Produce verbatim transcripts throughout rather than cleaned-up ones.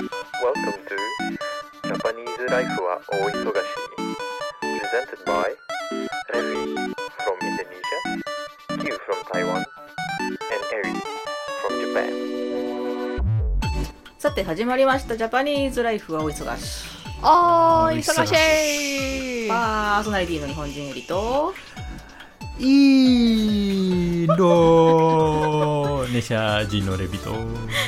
Welcome to Japanese Life は大忙し Presented by Revi from Indonesia, Q from Taiwan, and Eri from Japan. さて始まりましたジャパニーズライフは大忙しおー忙しいパーソナリティの日本人エリとインドネシア人のレビと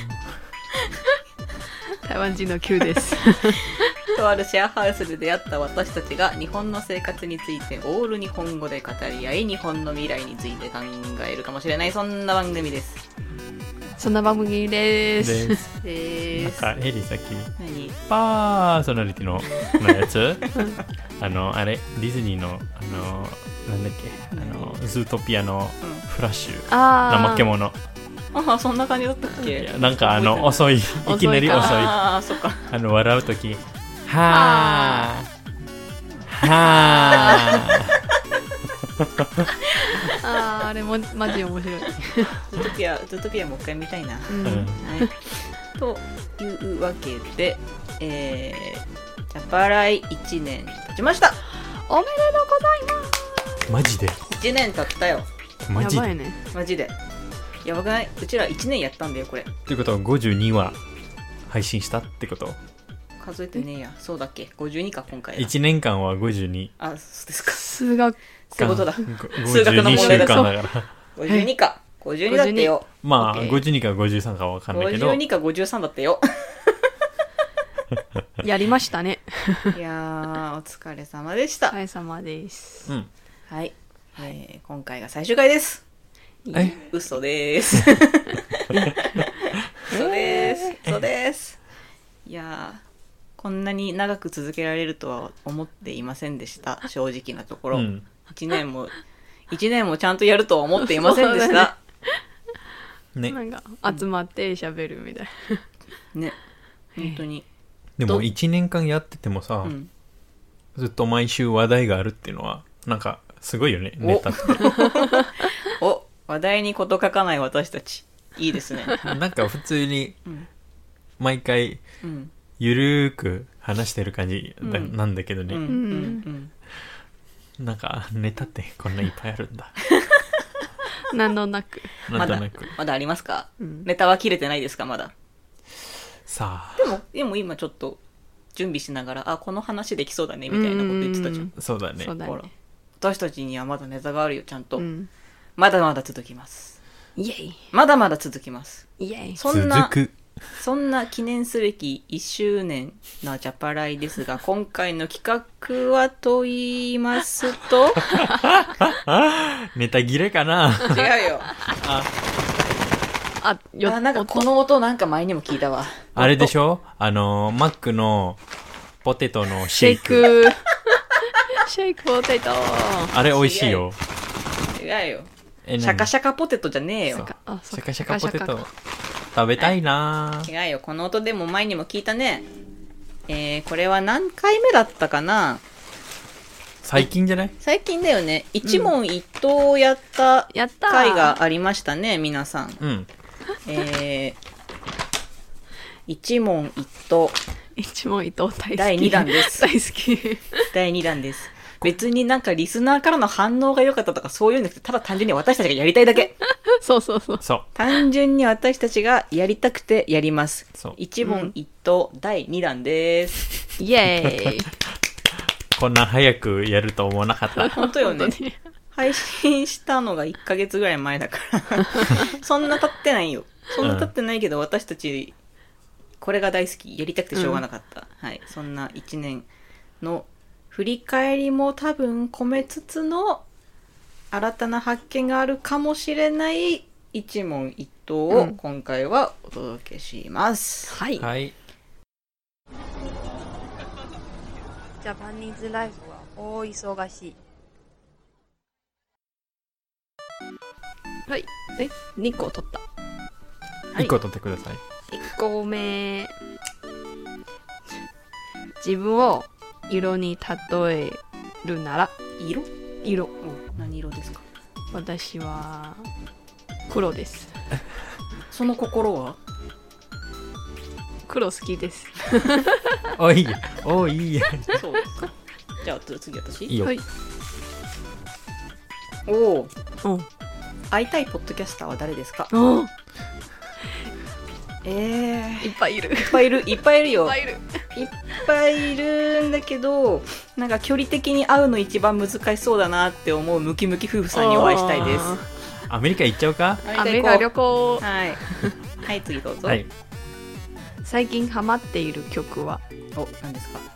台湾人の Q ですとあるシェアハウスで出会った私たちが日本の生活についてオール日本語で語り合い日本の未来について考えるかもしれないそんな番組ですそんな番組ですですなんでーすかエリさっき何パーソナリティののやつあのあれディズニーのあのなんだっけあのズートピアのフラッシュ、 あー怠け者ああそんな感じだったっけいやなんかあの遅いいきなり遅いああそっかあの笑うときはーはあーあれもマジ面白い、 ズートピアズートピアもう一回見たいな、 うんー、うんはいというわけで、えー、ジャパライいちねん経ちましたおめでとうございますマジでいちねん経ったよマジでやばいねマジでやばくない？うちらいちねんやったんだよこれということはごじゅうにわ配信したってこと数えてねえやそうだっけごじゅうにか今回だいちねんかんはごじゅうにあそうですか数学そういうことだご数学の問題だごじゅうにしゅうかんだからごじゅうにかごじゅうにだってよまあ OK ごじゅうにかごじゅうさんかわかんないごけどじゅうにかごじゅうさんだってよやりましたねいやーお疲れ様でしたお疲れ様ですうんはい、えー、今回が最終回ですえ嘘でーす嘘でーす嘘ですいやーこんなに長く続けられるとは思っていませんでした正直なところ、 うん、 いちねんもいちねんもちゃんとやるとは思っていませんでしたねなんか集まって喋るみたいね本当にでもいちねんかんやっててもさ、 うんずっと毎週話題があるっていうのはなんかすごいよねおネタってお話題に事書かない私たちいいですねなんか普通にうん毎回うんゆるーく話してる感じだ、 うんなんだけどね、 うんうんなんかネタってこんないっぱいあるんだなんのなく、 うんまだなんとなくまだありますか、 うん、 ネタは切れてないですかまださあでもでも今ちょっと準備しながらあこの話できそうだねみたいなこと言ってたじゃんそうだねそうだほらね、 私たちにはまだネタがあるよちゃんと、 うん、 まだまだ続きますイエイまだまだ続きますイエイそんな続くそんな記念すべきいっしゅうねんのジャパライですが今回の企画はと言いますとネタ切れかな違うよあよあなんかこの音なんか前にも聞いたわあれでしょあのマックのポテトのシェイシェイククシェイクポテトあれ美味しいよ違うよえ何シャカシャカポテトじゃねえよあそっかシャカシャカポテトシャカシャカ食べたいな違うよこの音でも前にも聞いたねえー、これは何回目だったかな最近じゃない最近だよね一問一答をやったやったー回がありましたね皆さんうんえー、一問一答一問一答大好きだいにだんです大好きだいにだんです別になんかリスナーからの反応が良かったとかそういうんじゃなくてただ単純に私たちがやりたいだけそうそうそうそう単純に私たちがやりたくてやりますそう一問一答だいにだんですイエーイこんな早くやると思わなかった本当よね本当に配信したのがいっかげつぐらい前だからそんな経ってないよそんな経ってないけど、私たちこれが大好きやりたくてしょうがなかった、うん、はいそんないちねんの振り返りも多分込めつつの新たな発見があるかもしれない一問一答を今回はお届けします、 はい、 はいジャパニーズライフは大忙しい。 はいえにこ取ったはいいっこ取ってくださいいっこめ自分を色に例えるなら色色お何色ですか私は黒ですその心は黒好きです。 おいいおいいそうですか。じゃあ次私。 いいよ、 はい。 おお。 お会いたいポッドキャスターは誰ですか？ お、 えー、 いっぱいいる。 いっぱいいるいっぱいいるよ。 いっぱいいる。 いっぱいいるんだけど、なんか距離的に会うの一番難しそうだなって思うムキムキ夫婦さんにお会いしたいです。 アメリカ行っちゃうか。 アメリカ旅行。 はいはい次どうぞ。 はい。 最近ハマっている曲はお、何ですか？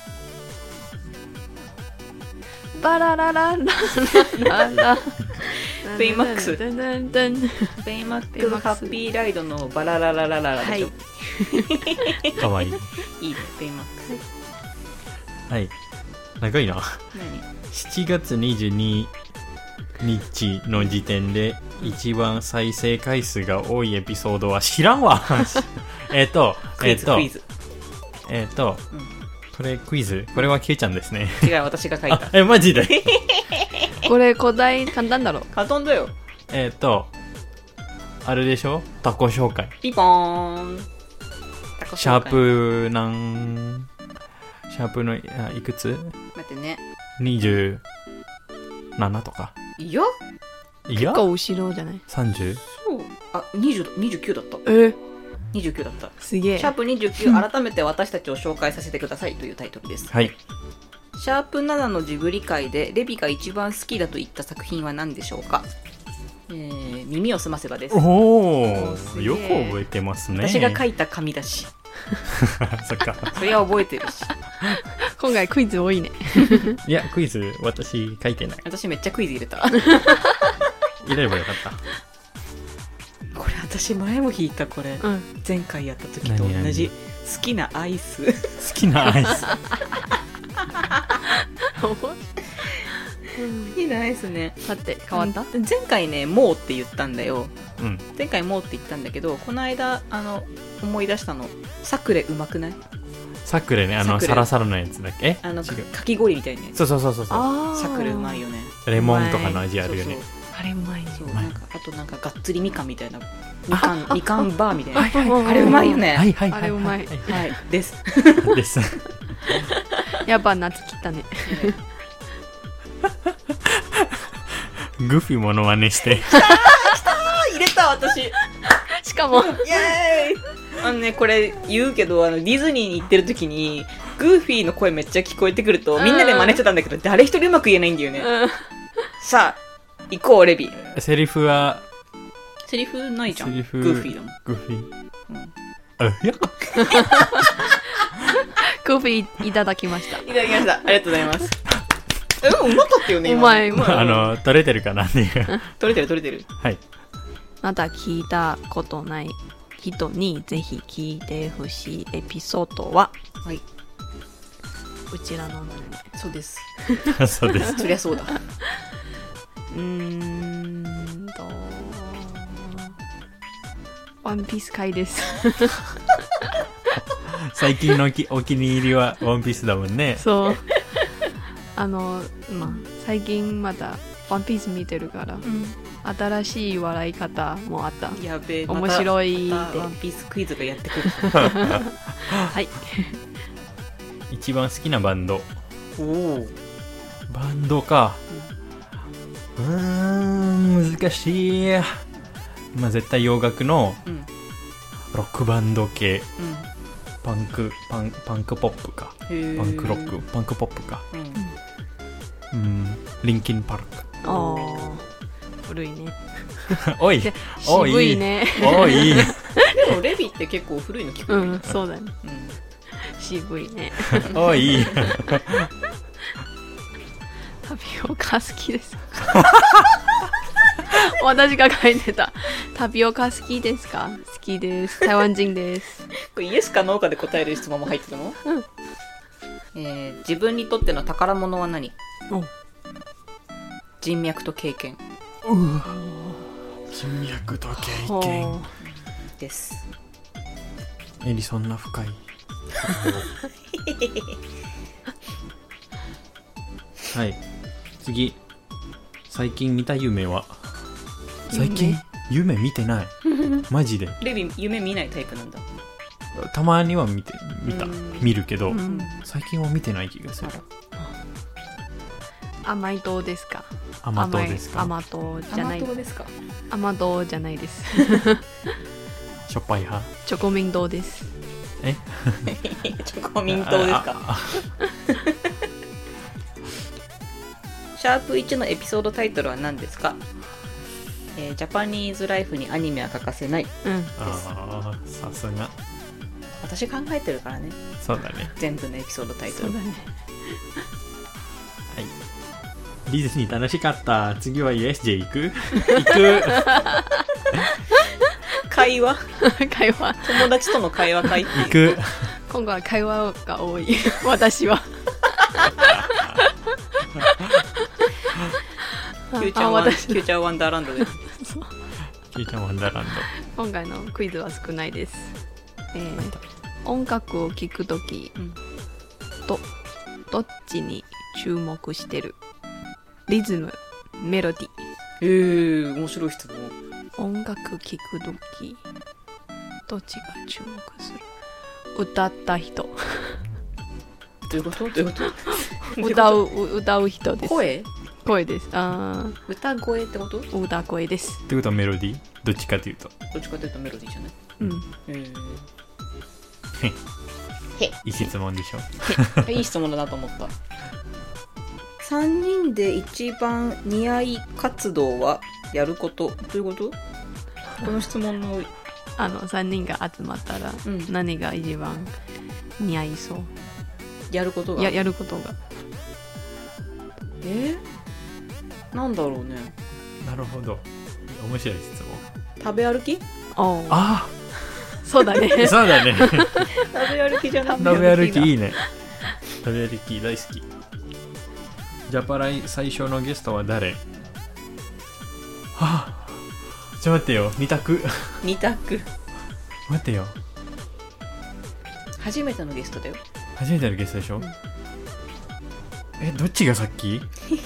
バララララララベイマックスダンダンダンベイマックスハッピーライドのバララララララでしょ。 かわいい。 いいね、ベイマックス。 はい。長いな。 何？ しちがつにじゅうににちの時点で一番再生回数が多いエピソードは知らんわ。えっと、 クイズ、 えっとクイズ。 えっと、 うんこれクイズ。これはケイちゃんですね。 違う、私が書いたあ。え、マジで。 これ古代簡単だろ。 カトンだよ。 えっと、あれでしょ、タコ紹介。 ピンポーン。 シャープなんシャープのあいくつ待ってね。 にじゅうななとか。 いや、 いや結構後ろじゃない？ さんじゅう。 そう。あ、にじゅう、にじゅうきゅうだった。 え、 にじゅうきゅうだった。 すげえ。 シャープにじゅうきゅう、改めて私たちを紹介させてくださいというタイトルです。 はい。 シャープななのジブリ界でレビが一番好きだと言った作品は何でしょうか？えー、耳をすませばです。 おおすげえお、よく覚えてますね。 私が書いた紙だし、 そっか。 それは覚えてるし。 今回クイズ多いね。 いや、クイズ私書いてない。 私めっちゃクイズ入れた。 入れればよかった。 これ私前も引いたこれ。 うん。 前回やった時と同じ。好きなアイス。 好きなアイス。 好きなアイスね。 だって変わった？ うん前回ね、もうって言ったんだよ。 うん。 前回もうって言ったんだけど、この間あの思い出したの。サクレうまくない？ サクレね、あのサクレサラサラのやつだっけ？ あの違う。 かき氷みたいなやつ。 そうそうそうそうそう。 あーサクレうまいよね。 レモンとかの味あるよね。 あれうまいね。 そうそうまいなんかあとなんかがっつりみかんみたいなみかんみかんバーみたいな。 はいはいはいあれうまいよね。 はいはいはい。 あれうまいはいです。 です。 やっぱ夏来たね。 グフィモノマネして。 あ入れた私。 しかもイエーイ。あのねこれ言うけどあのディズニーに行ってる時にグーフィーの声めっちゃ聞こえてくるとみんなで真似してたんだけど誰一人うまく言えないんだよね。 うんさあ行こうレビ。 セリフはセリフないじゃん。 セリフグーフィーだもん。 グフィ。 うんあ、いや。 コーヒーいただきました。 いただきました。ありがとうございます。え、うんうまかったよね。今うまいうまい。 あの取れてるかなっていう。 取れてる取れてる。 はい。 まだ聞いたことない人にぜひ聞いてほしいエピソードは、 はい。 うちらのなんで、 そうです。 そうです。 そりゃそうだ。 うーんとワンピース回です。 最近のおきお気に入りはワンピースだもんね。 そうあのまあ最近またワンピース見てるから、新しい笑い方もあった。 やべえ。 面白いってまたワンピースクイズがやってくる。 はい一番好きなバンド。 おお。 バンドか。うーん、難しい。まあ絶対洋楽のうんロックバンド系。 うパンク、パン、パンクポップか。 ん。へえ。 パンクロック、パンクポップか。 うん。 うん、リンキンパーク。 あー古いね。 おい、お渋いね。 おい。 でもレビって結構古いの聞くよね。 うん、そうだね。 うん。 渋いね。 おい。 タピオカ好きですか？私が書いてた。タピオカ好きですか？好きです。台湾人です。 これイエスかノーかで答える質問も入ってたの？ うん。 えー、自分にとっての宝物は何？ お人脈と経験人脈と経ほ験。 うです。 エリそんな深い。はい。次。最近見た夢は？最近夢見てない。マジで。 レビ夢見ないタイプなんだ。 たまには見て見たうん見るけど、 うん最近は見てない気がする。 甘い糖ですか？ 甘党ですか？ 甘い甘党じゃない甘党ですか？ 甘党じゃないですしょっぱい派？ チョコミン党です。 えチョコミン党ですか？ あシャープいちのエピソードタイトルは何ですか？えージャパニーズライフにアニメは欠かせない。 うんあー、さすが。 私考えてるからね、 そうだね。 全部のエピソードタイトル。 そうだねディズニー楽しかった。次は ユーエスジェー 行く行く会話会話友達との会話会行く今後は会話が多い私はキューちゃんワンキあ私ューちゃんワンダーランドでキーちゃんワンダーラン今回のクイズは少ないです、えー、音楽を聴くとき、 うんとどっちに注目してる？リズム、メロディ。 えー、面白い質問。 音楽聴くときどっちが注目する？歌った人どういうことどういうこと歌う歌う人です。 声声です。あ歌声ってこと？ ー歌声です。 ってことはメロディー？どっちかというとどっちかというとメロディーじゃない？ うんえーいい質問でしょ。 へいい質問だなと思った。さんにんで一番似合い活動はやること。どういうこと？この質問の、 あのさんにんが集まったら、 うん何が一番似合いそう？ やることがややることが。 えー、なんだろうね。 なるほど。面白い質問。 食べ歩き？ おーあそうだねあ、そうだね。 食べ歩きじゃなくて食べ歩きいいね。食べ歩き大好き。ジャパライ最初のゲストは誰？はあ、ちょっと待ってよ。二択。 二択。 待ってよ。 初めてのゲストだよ。 初めてのゲストでしょ？え、どっちがさっき？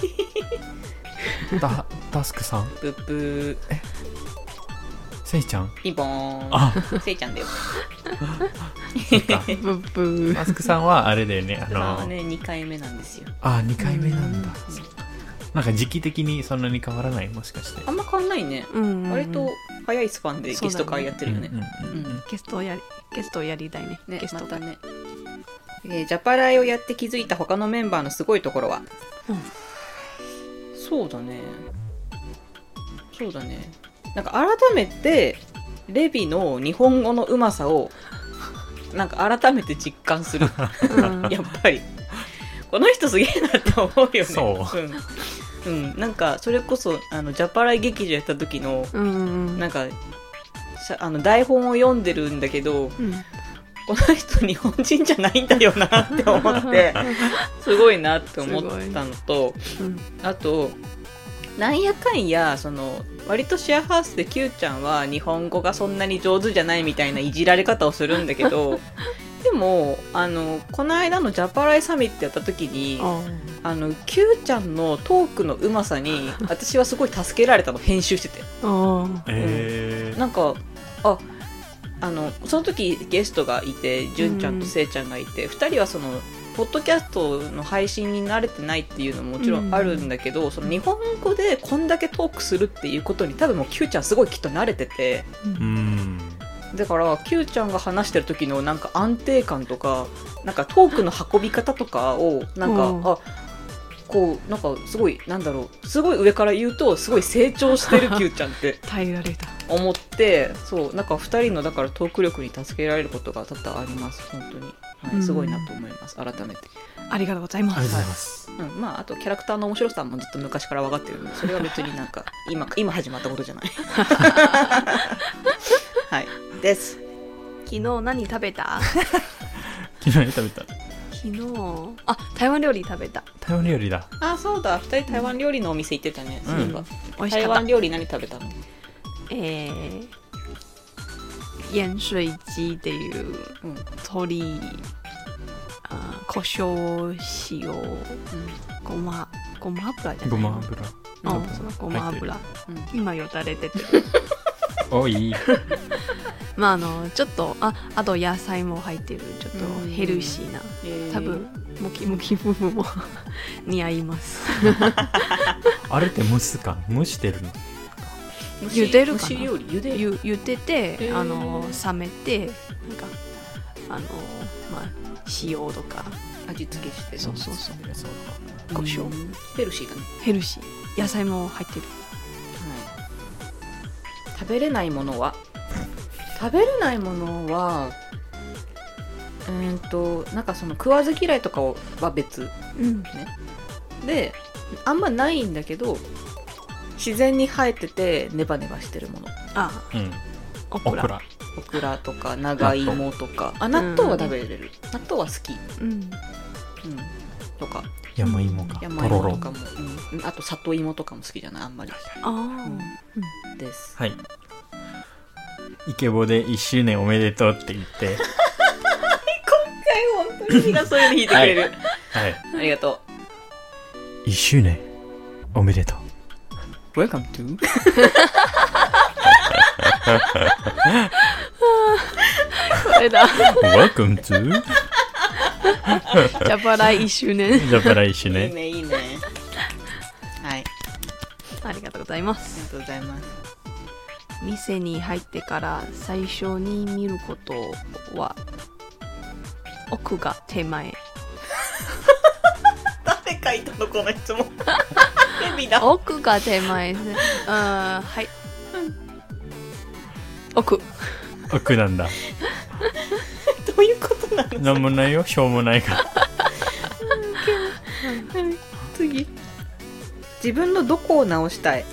タタスクさん？ ブッブー。 せいちゃん？ ピンポーン。 あ、 せいちゃんだよ。 そっか。 ブッブータスクさんはあれだよね。あさんはの、 ね、にかいめなんですよ。 あ、にかいめなんだ。なんか時期的にそんなに変わらない？もしかして。 あんま変わんないね。 うんうんうん割と早いスパンでゲスト会やってるよね。 うんうんうんうんゲストをやりゲストをやりたいね。 ねゲスト会またね、えージャパライをやって気づいた他のメンバーのすごいところは、 うんそうだねそうだねなんか改めてレビの日本語のうまさをなんか改めて実感するうんやっぱりこの人すげえなって思うよね。 そううん、うん、なんかそれこそあのジャパライ劇場やった時のうんうんなんかしゃあの台本を読んでるんだけど、 うんこの人日本人じゃないんだよなって思ってすごいなって思ったのと、 うんあとなんやかんやその割とシェアハウスで Q ちゃんは日本語がそんなに上手じゃないみたいないじられ方をするんだけどでもあのこの間のジャパライサミットやった時にああの Q ちゃんのトークのうまさに私はすごい助けられたの。編集しててあえー、 なんかああのその時ゲストがいて純ちゃんとせいちゃんがいて、うん、ふたりはそのポッドキャストの配信に慣れてないっていうのももちろんあるんだけど、うん、その日本語でこんだけトークするっていうことに多分もう Q ちゃんすごいきっと慣れてて、 うんだから Q ちゃんが話してる時のなんか安定感とかなんかトークの運び方とかをなんか、うん、あこうなんかすごいなんだろうすごい上から言うとすごい成長してる Q ちゃんって耐えられた思ってそうなんかふたりのだからトーク力に助けられることが多々あります本当に、はい、すごいなと思います改めてありがとうございます。 ありがとうございます、 はいうん、まああとキャラクターの面白さもずっと昔から分かってるのでそれは別になんか今今始まったことじゃないはいです昨日何食べた？ 昨日何食べた？ 昨日あ台湾料理食べた。 台湾料理だ。 あそうだふたり台湾料理のお店行ってたね、 うんそういえば美味しかった。 台湾料理何食べたの？ えー、鹽水雞っていううん鶏あ胡椒塩ごまごま油じゃないごま油。 うんそうごま油うん今よだれ出てるおい。 まああのちょっとああと野菜も入ってるちょっとヘルシーな、 えー多分ムキムキ部分も似合いますあれって蒸すか蒸してるの？ 蒸し茹でるかな蒸し料理茹でるゆ茹でて、 えーあの冷めてなんかあのまあ塩とか味付けしてそうそうそうそう胡椒うんヘルシーだね、 ヘルシー野菜も入ってるはい、食べれないものは食べれないものはうーんとなんかその食わず嫌いとかは別うんであんまないんだけど自然に生えててネバネバしてるものあうんオクラオクラオクラとか長芋とかあ納豆は食べれる、納豆は好き、 うんうん、とか山芋か山とろろ芋とかも、うん、あと里芋とかも好きじゃないあんまりあうんですはいイケボでいっしゅうねんおめでとうって言って本当にみんなそういうの弾いてくれる、 はいありがといっしゅうねんおめでとうう Welcome to これだ Welcome to ジャパライいっしゅうねんじゃあバラいっしゅういいねんねいいねはいありがとうございまありすがとうございます店に入ってから最初に見ることは奥が手前誰書いたのこの質問ヘビだ奥が手前ですねうんはい奥奥なんだどういうことなのなんもないよしょうもないから次自分のどこを直したい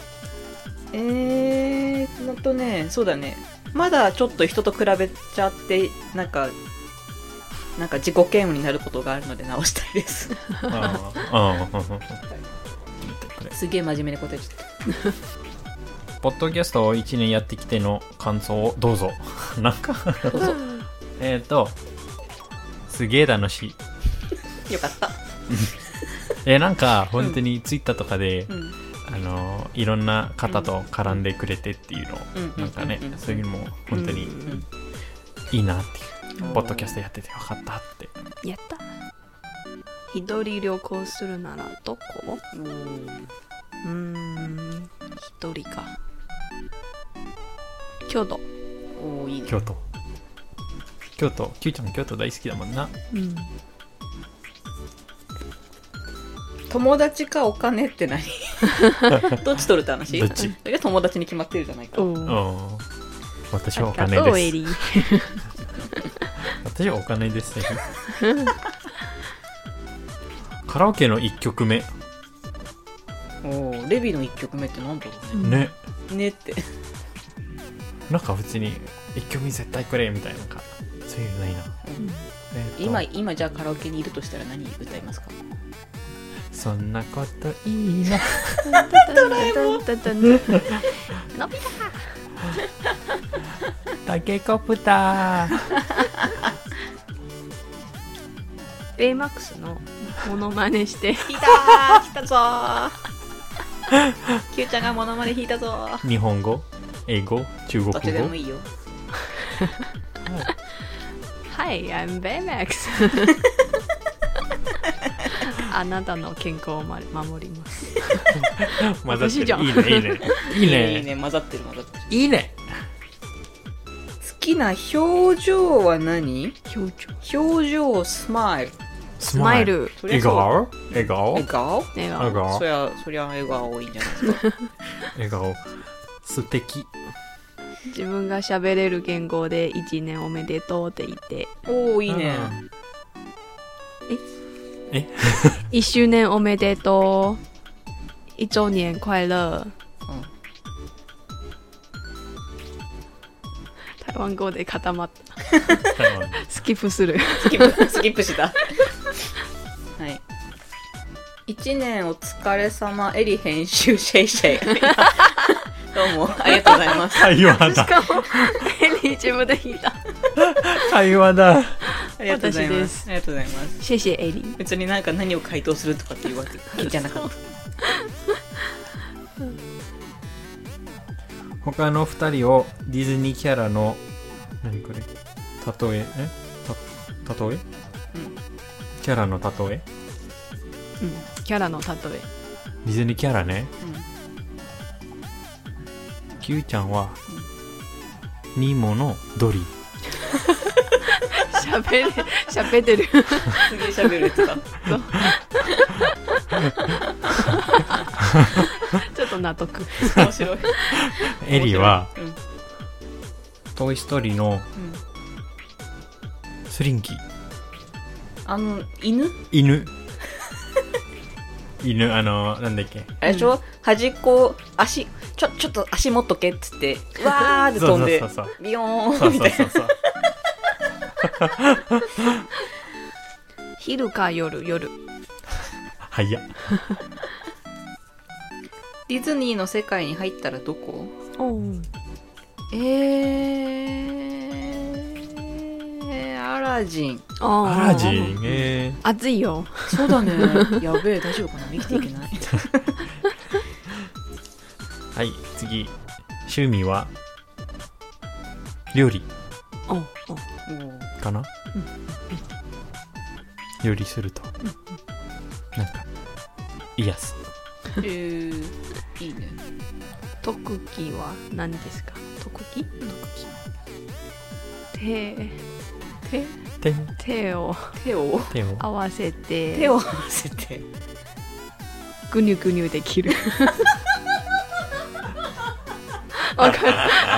えーのとねそうだねまだちょっと人と比べちゃってなんかなんか自己嫌悪になることがあるので直したいですあああすげえ真面目なこと言っちゃっポッドキャストをいちねんやってきての感想をどうぞなんかたどうぞえっとすげえ楽しいよかったえなんか本当にツイッターとかで、 うんあのいろんな方と絡んでくれてっていうの、 うんなんかね、 うんそういうのも本当にうんいいなっていう、 うんポッドキャストやっててよかったってやった一人旅行するならどこうーん一人か京都おーいいね京都京都 Q ちゃん京都大好きだもんなうん友達かお金って何どっち取るって話どっちそれが友達に決まってるじゃないかおうんー私はおありが金ですとうエリー私はお金ですねカラオケのいっきょくめおーレビのいっきょくめってなんだろうねねねってなんか普通にいっきょくめ絶対これみたいななんかそういうのないな、えーと今今じゃあカラオケにいるとしたら何歌いますかそんなこといいなドラえもんのびタケコプターベイマックスのモノマネして来たー来たぞーキューちゃんがモノマネ弾いたぞー日本語英語中国語どっちでもいいよはい I'm ベイマックスあなたの健康を守ります混ざって私じゃんるいいねいいねいいいいねね混ざってる混ざってるいいね好きな表情は何表情表情スマイルスマイル笑顔笑顔笑顔笑顔笑顔そりゃそりゃ笑顔多いんじゃないですか笑顔素敵自分が喋れる言語でいちねんおめでとうって言っておおいいねえいっしゅうねんおめでとう一周年快乐台湾語で固まったスキップするスキップスキップしたはい一年お疲れ様エリ編集シェイシェイどうもありがとうございます会話だしかも変に自分で弾いた会話だありがとうございま私ですすありがとうございますシェシェエリー別になんか何を回答するとかっていうわけじゃなかった他のふたりをディズニーキャラの何これ例ええた例え、 うん、 キャラの例え、 うん、キャラの例え。 ディズニーキャラね。 うん、 キューちゃんは、うん、ニモのドリー。 しゃべれしゃべってる。 すげえしゃべるやつだ。 ちょっと納得。 面白い。 エリは、 うん、 トイストーリーの、 うん、 スリンキー。 あの犬犬犬あのなんだっけあれでしょ、うん、端っこ足ちょちょっと足持っとけっつってわーって飛んでそうそうそうそうビヨーンみたいな。 そうそうそうそう昼か夜夜。 早っ。 ディズニーの世界に入ったらどこ？ おうえー、アラジン。 アラジン、えー、 暑いよ。 そうだね。やべえ、大丈夫かな、生きていけない。 はい、次。趣味は料理おうおうかな、うん、料理すると、うん、なんか癒やす。 えー、いいね。 特技は何ですか？特技？特技。手手手を手を手を合わせて手を合わせてぐにゅぐにゅできる。わかる。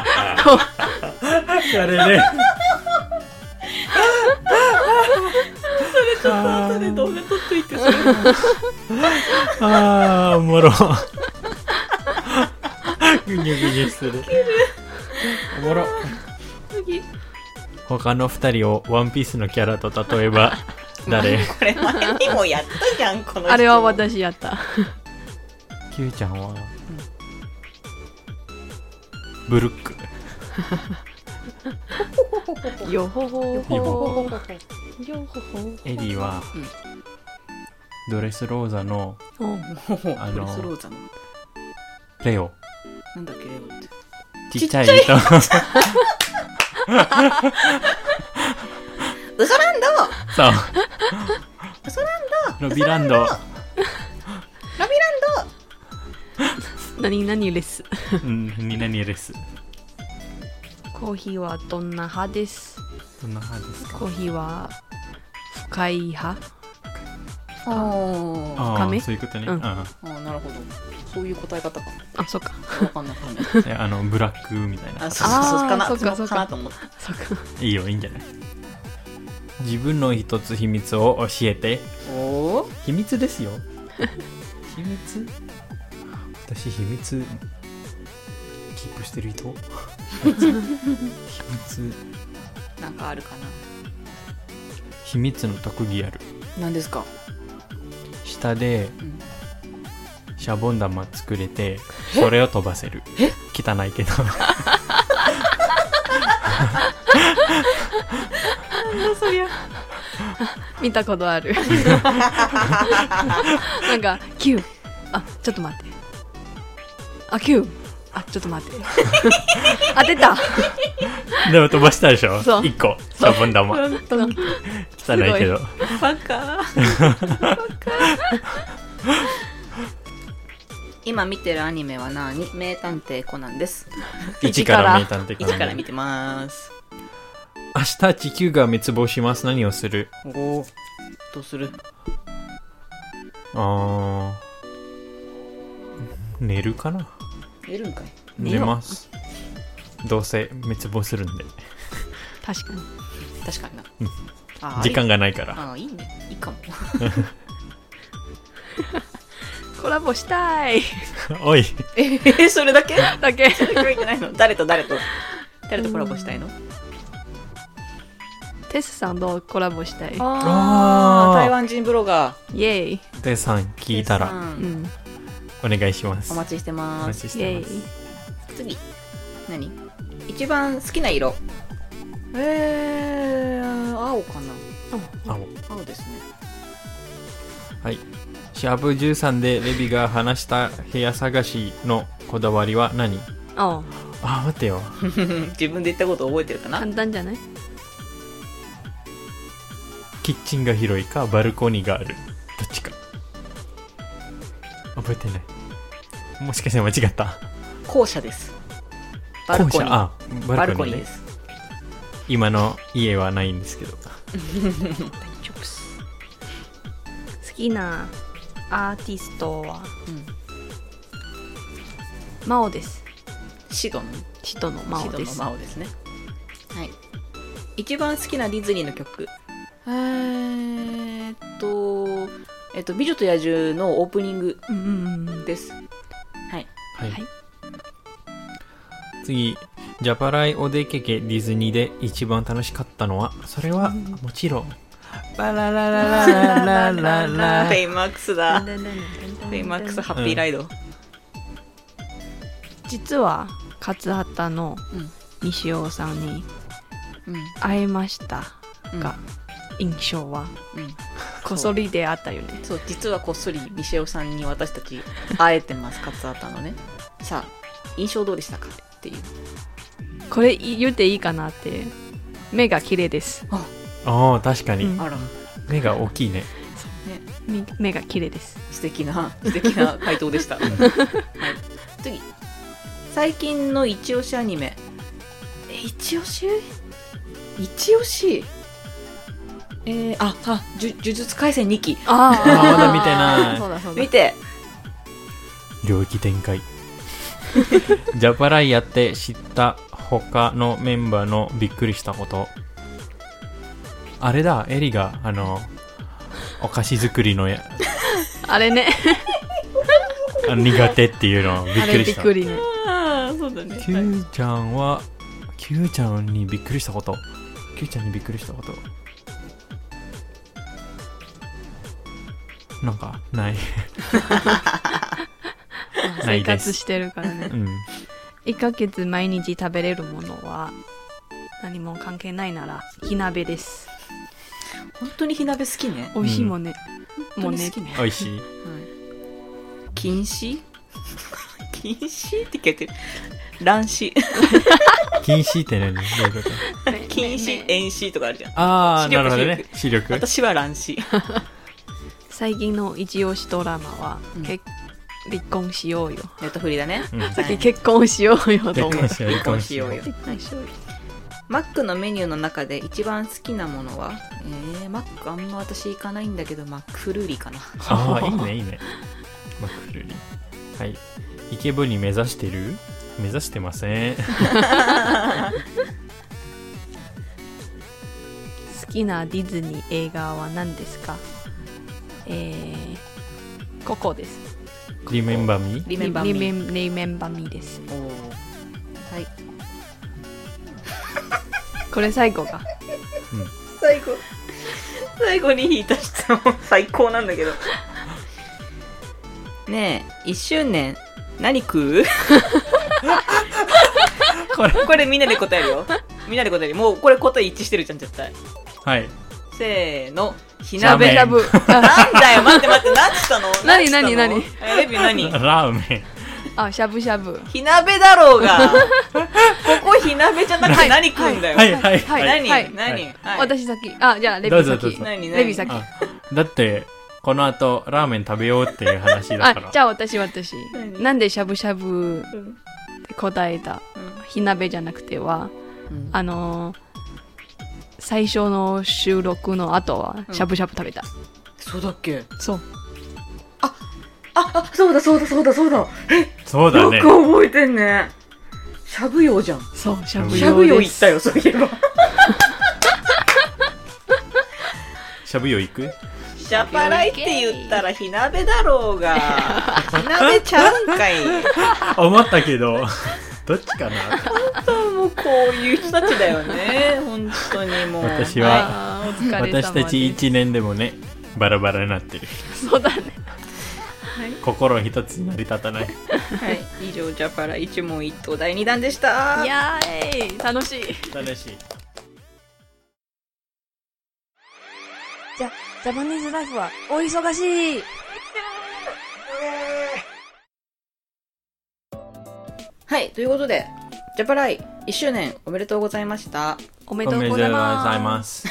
あれね。 それちょっと後で動画撮っといて。それあーおもろ。ぐにゅぐにゅする。おもろ。 次。 他の二人をワンピースのキャラと例えば誰？ これ前にもやったじゃん、この人。 あれは私やった。 キューちゃんは、うん、ブルック。 よほほよほほよほほ。 エリーは、うん、ドレスローザのあのドレスローザのレオ。 なんだっけレオって。 ちっちゃい人。 嘘ランド。 そう。 嘘ランド。 ロビランド。ロビランド。何々レス。 うん、何々レス。 コーヒーはどんな派です？ どんな派ですか？ コーヒーは深い派？ ああ、 深め？ そういうことね。 うん、ああ、なるほど。そういう答え方か。 あ、そっか。 わかんないかね。あのブラックみたいな。 あ、そうそうそうかな。 そっかそっか。 かなと思った。 そっか。 いいよ、いいんじゃない？自分の一つ秘密を教えて。 おお。 秘密ですよ。秘密？私秘密キープしてる人？秘密なんかあるかな。 秘密の特技ある。 何ですか？ 下で、うん、シャボン玉作れてそれを飛ばせる。 え？ 汚いけど。 そりゃ見たことある。なんかキュー、あ、ちょっと待って、あ、キュー、あ、ちょっと待って。当てた。 でも飛ばしたでしょ。 そういっこシャボン玉。汚いけど。 バカ。今見てるアニメは何？名探偵コナンです。 一から名探偵コナン。 一から見てます。 明日地球が滅亡します。何をする？ おお、どうする？ あー、寝るかな。 寝るんかい？ 寝ます。どうせ滅亡するんで。 確かに確かにな、 うん、あ時間がないから。 ああ、いいね、いいかも。 コラボしたい。 おい。 えー、それだけだけそれだけじゃないの？誰と誰と誰とコラボしたいの？ テスさんとコラボしたい。 ああ、台湾人ブロガー。イエイ。 テスさん聞いたら、うん、お願いします。 お待ちしてます。 お待ちしてます。 次、何？一番好きな色。えー、青かな。 青。 青ですね。 はい。シャープじゅうさんでレビが話した部屋探しのこだわりは何？ ああ、待ってよ。 自分で言ったこと覚えてるかな。 簡単じゃない？ キッチンが広いかバルコニーがある、どっちか。覚えてない。もしかして間違った？ 校舎です。バルコニー。 あ、ババルコニー、ね、 ルコニーです。 今の家はないんですけど。 大丈夫っす。好きなアーティストは、うん、マオです。 シドのシドのマオです。 シドのマオですね。はい。一番好きなディズニーの曲。えーっと、えっと、美女と野獣のオープニングです。はい。 はい。はい、次、ジャパライお出かけディズニーで一番楽しかったのは、それはもちろん、バラララララララペイマックスだ。ペイマックスハッピーライド。うん、 実は勝畑の西尾さんに会えましたが、うん、印象は、うん、こっそりであったよね。 そう、実はこっそり西尾さんに私たち会えてます。勝畑のね。さあ、印象どうでしたかっていう。 これ言っていいかなって。目が綺麗です。 ああ、確かに、 うん、あら、 目が大きいね。 ね、目が綺麗です。 素敵な素敵な回答でした。はい、次、最近の一押しアニメ。え、一押し一押しえー、ああ呪術廻戦にき。 ああ、まだ見てない。 そうだそうだ、 見て。 領域展開。ジャパライやって知った他のメンバーのびっくりしたこと。あれだ、エリがあのお菓子作りのやあれねあの苦手っていうのびっくりした。 あれびっくりね。 ああ、そうだね。 キュウちゃんはキュウちゃんにびっくりしたこと。キュウちゃんにびっくりしたことなんかない。 生活してるからね。 うん、 いっかげつ毎日食べれるものは何も関係ないなら火鍋です。 本当に火鍋好きね。 美味しいもんね。 うん、もうね、 美味しい。はい、 禁止禁止って聞いてる。乱視。 禁止って何？どういうこと？ 禁止、遠視とかあるじゃん。 ああ、なるほどね。視力。 私は乱視。 最近の一押しドラマは、うん、結離婚しようよ。 ネットフリだね。 うん、さっき結婚しようよと思う。 結婚しようよ。 マックのメニューの中で一番好きなものは、えー、マックあんま私行かないんだけど、マックフルーリーかな。 ああ、いいねいいね。マックフルーリー。はい。イケボに目指してる？目指してません。好きなディズニー映画は何ですか？えー、ココです。 リメンバーミー？ リメンバーミー。 リメンバーミーです。 おはい。 これ最後か。 うん、最後。最後に引いた質問最高なんだけど。ねえ、いっしゅうねん何食う？これこれみんなで答えるよ。みんなで答える。もうこれ答え一致してるじゃん絶対。 はい。 せーの。火鍋。 ラブ。 なんだよ、待って待って、何したの？ 何何何？ レビュー何？ ラーメン。 あ、しゃぶしゃぶ。 火鍋だろうが。ここ火鍋じゃなくて何食うんだよ。 はいはいはい。 何？ はい、 何？ はい、私先。あ、じゃあレビ先。 何？ レビ先。 だってこの後ラーメン食べようっていう話だから。 あ、じゃあ私私。なんでしゃぶしゃぶって答えた？うん、火鍋じゃなくては、うん、あのー、最初の収録の後はしゃぶしゃぶ食べた。うん、 そうだっけ？ そう。 あ、あ、あ、そうだそうだそうだそうだ。え、 そうだね。 よく覚えてんね。しゃぶ用じゃん。 そう、しゃぶ用です。 しゃぶ用行ったよ、そういえば。 しゃぶ用行く？ ジャパライって言ったら火鍋だろうが。火鍋ちゃうんかい。 思ったけど、どっちかな。 本当もうこういう人たちだよね。本当にもう。 私は、私たちいちねんでもね、バラバラになってる。 そうだね。 はい、 心一つに成り立たない。はい、 以上ジャパラ一問一答だいにだんでした。 イヤーイ、楽しい。 楽しい。 じゃ、ジャパニーズライフはお忙しい。 はい、ということでジャパライいっしゅうねんおめでとうございました。 おめでとうございます。 す。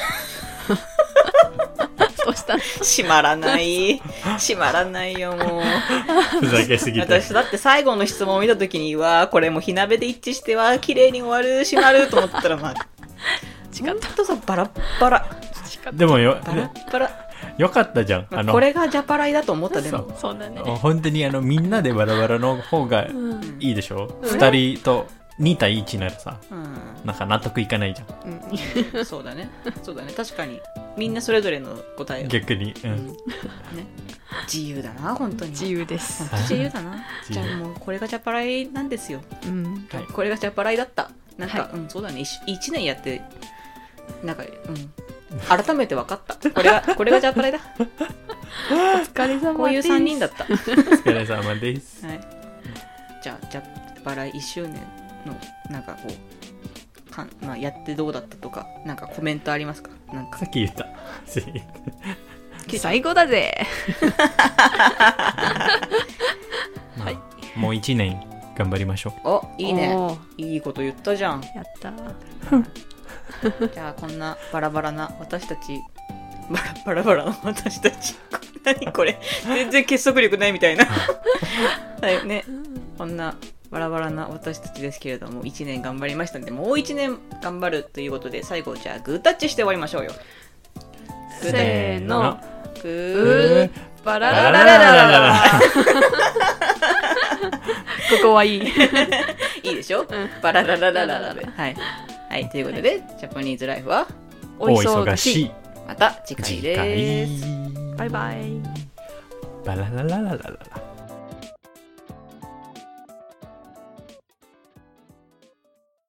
どうしたの？ 閉まらない閉まらないよもうふざけすぎて。 私だって最後の質問を見たときにはこれもう火鍋で一致しては綺麗に終わる閉まると思ったらまあ違ったとさバラッバラでもよバラッバラよかったじゃん。 あのこれがジャパライだと思ったでもそうだね。 本当にあのみんなでバラバラの方がいいでしょ。ふたりとに対いちならさ、うん、なんか納得いかないじゃん、 うん、そうだねそうだね確かにみんなそれぞれの答えを逆に、うんうんね、自由だな本当に自由です。 自由だなじゃあもうこれがジャパライなんですよ、 うんはい、これがジャパライだったなんか、 はい、 うんそうだね いちねんやってなんかうん改めて分かったこれがこれがジャパライだお疲れ様です。 こういうさんにんだったお疲れ様です、 はい、じゃあジャパライいっしゅうねんのなんかこうかん、まあ、やってどうだったとかなんかコメントありますか？なんかさっき言った最高だぜまあ、はい、もういちねん頑張りましょう。 おいいねいいこと言ったじゃん。 やったじゃあこんなバラバラな私たちバラバラバラの私たち何これ全然結束力ないみたいなはいねこんなバラバラな私たちですけれどもいちねん頑張りましたのでもういちねん頑張るということで最後じゃあグータッチして終わりましょうよ。 せーのグーバララララララここはいいいいでしょ、うん、バララララララではい、はい、ということで、はい、ジャパニーズライフはお忙しい。 また次回です。 バイバイ。 バララララララ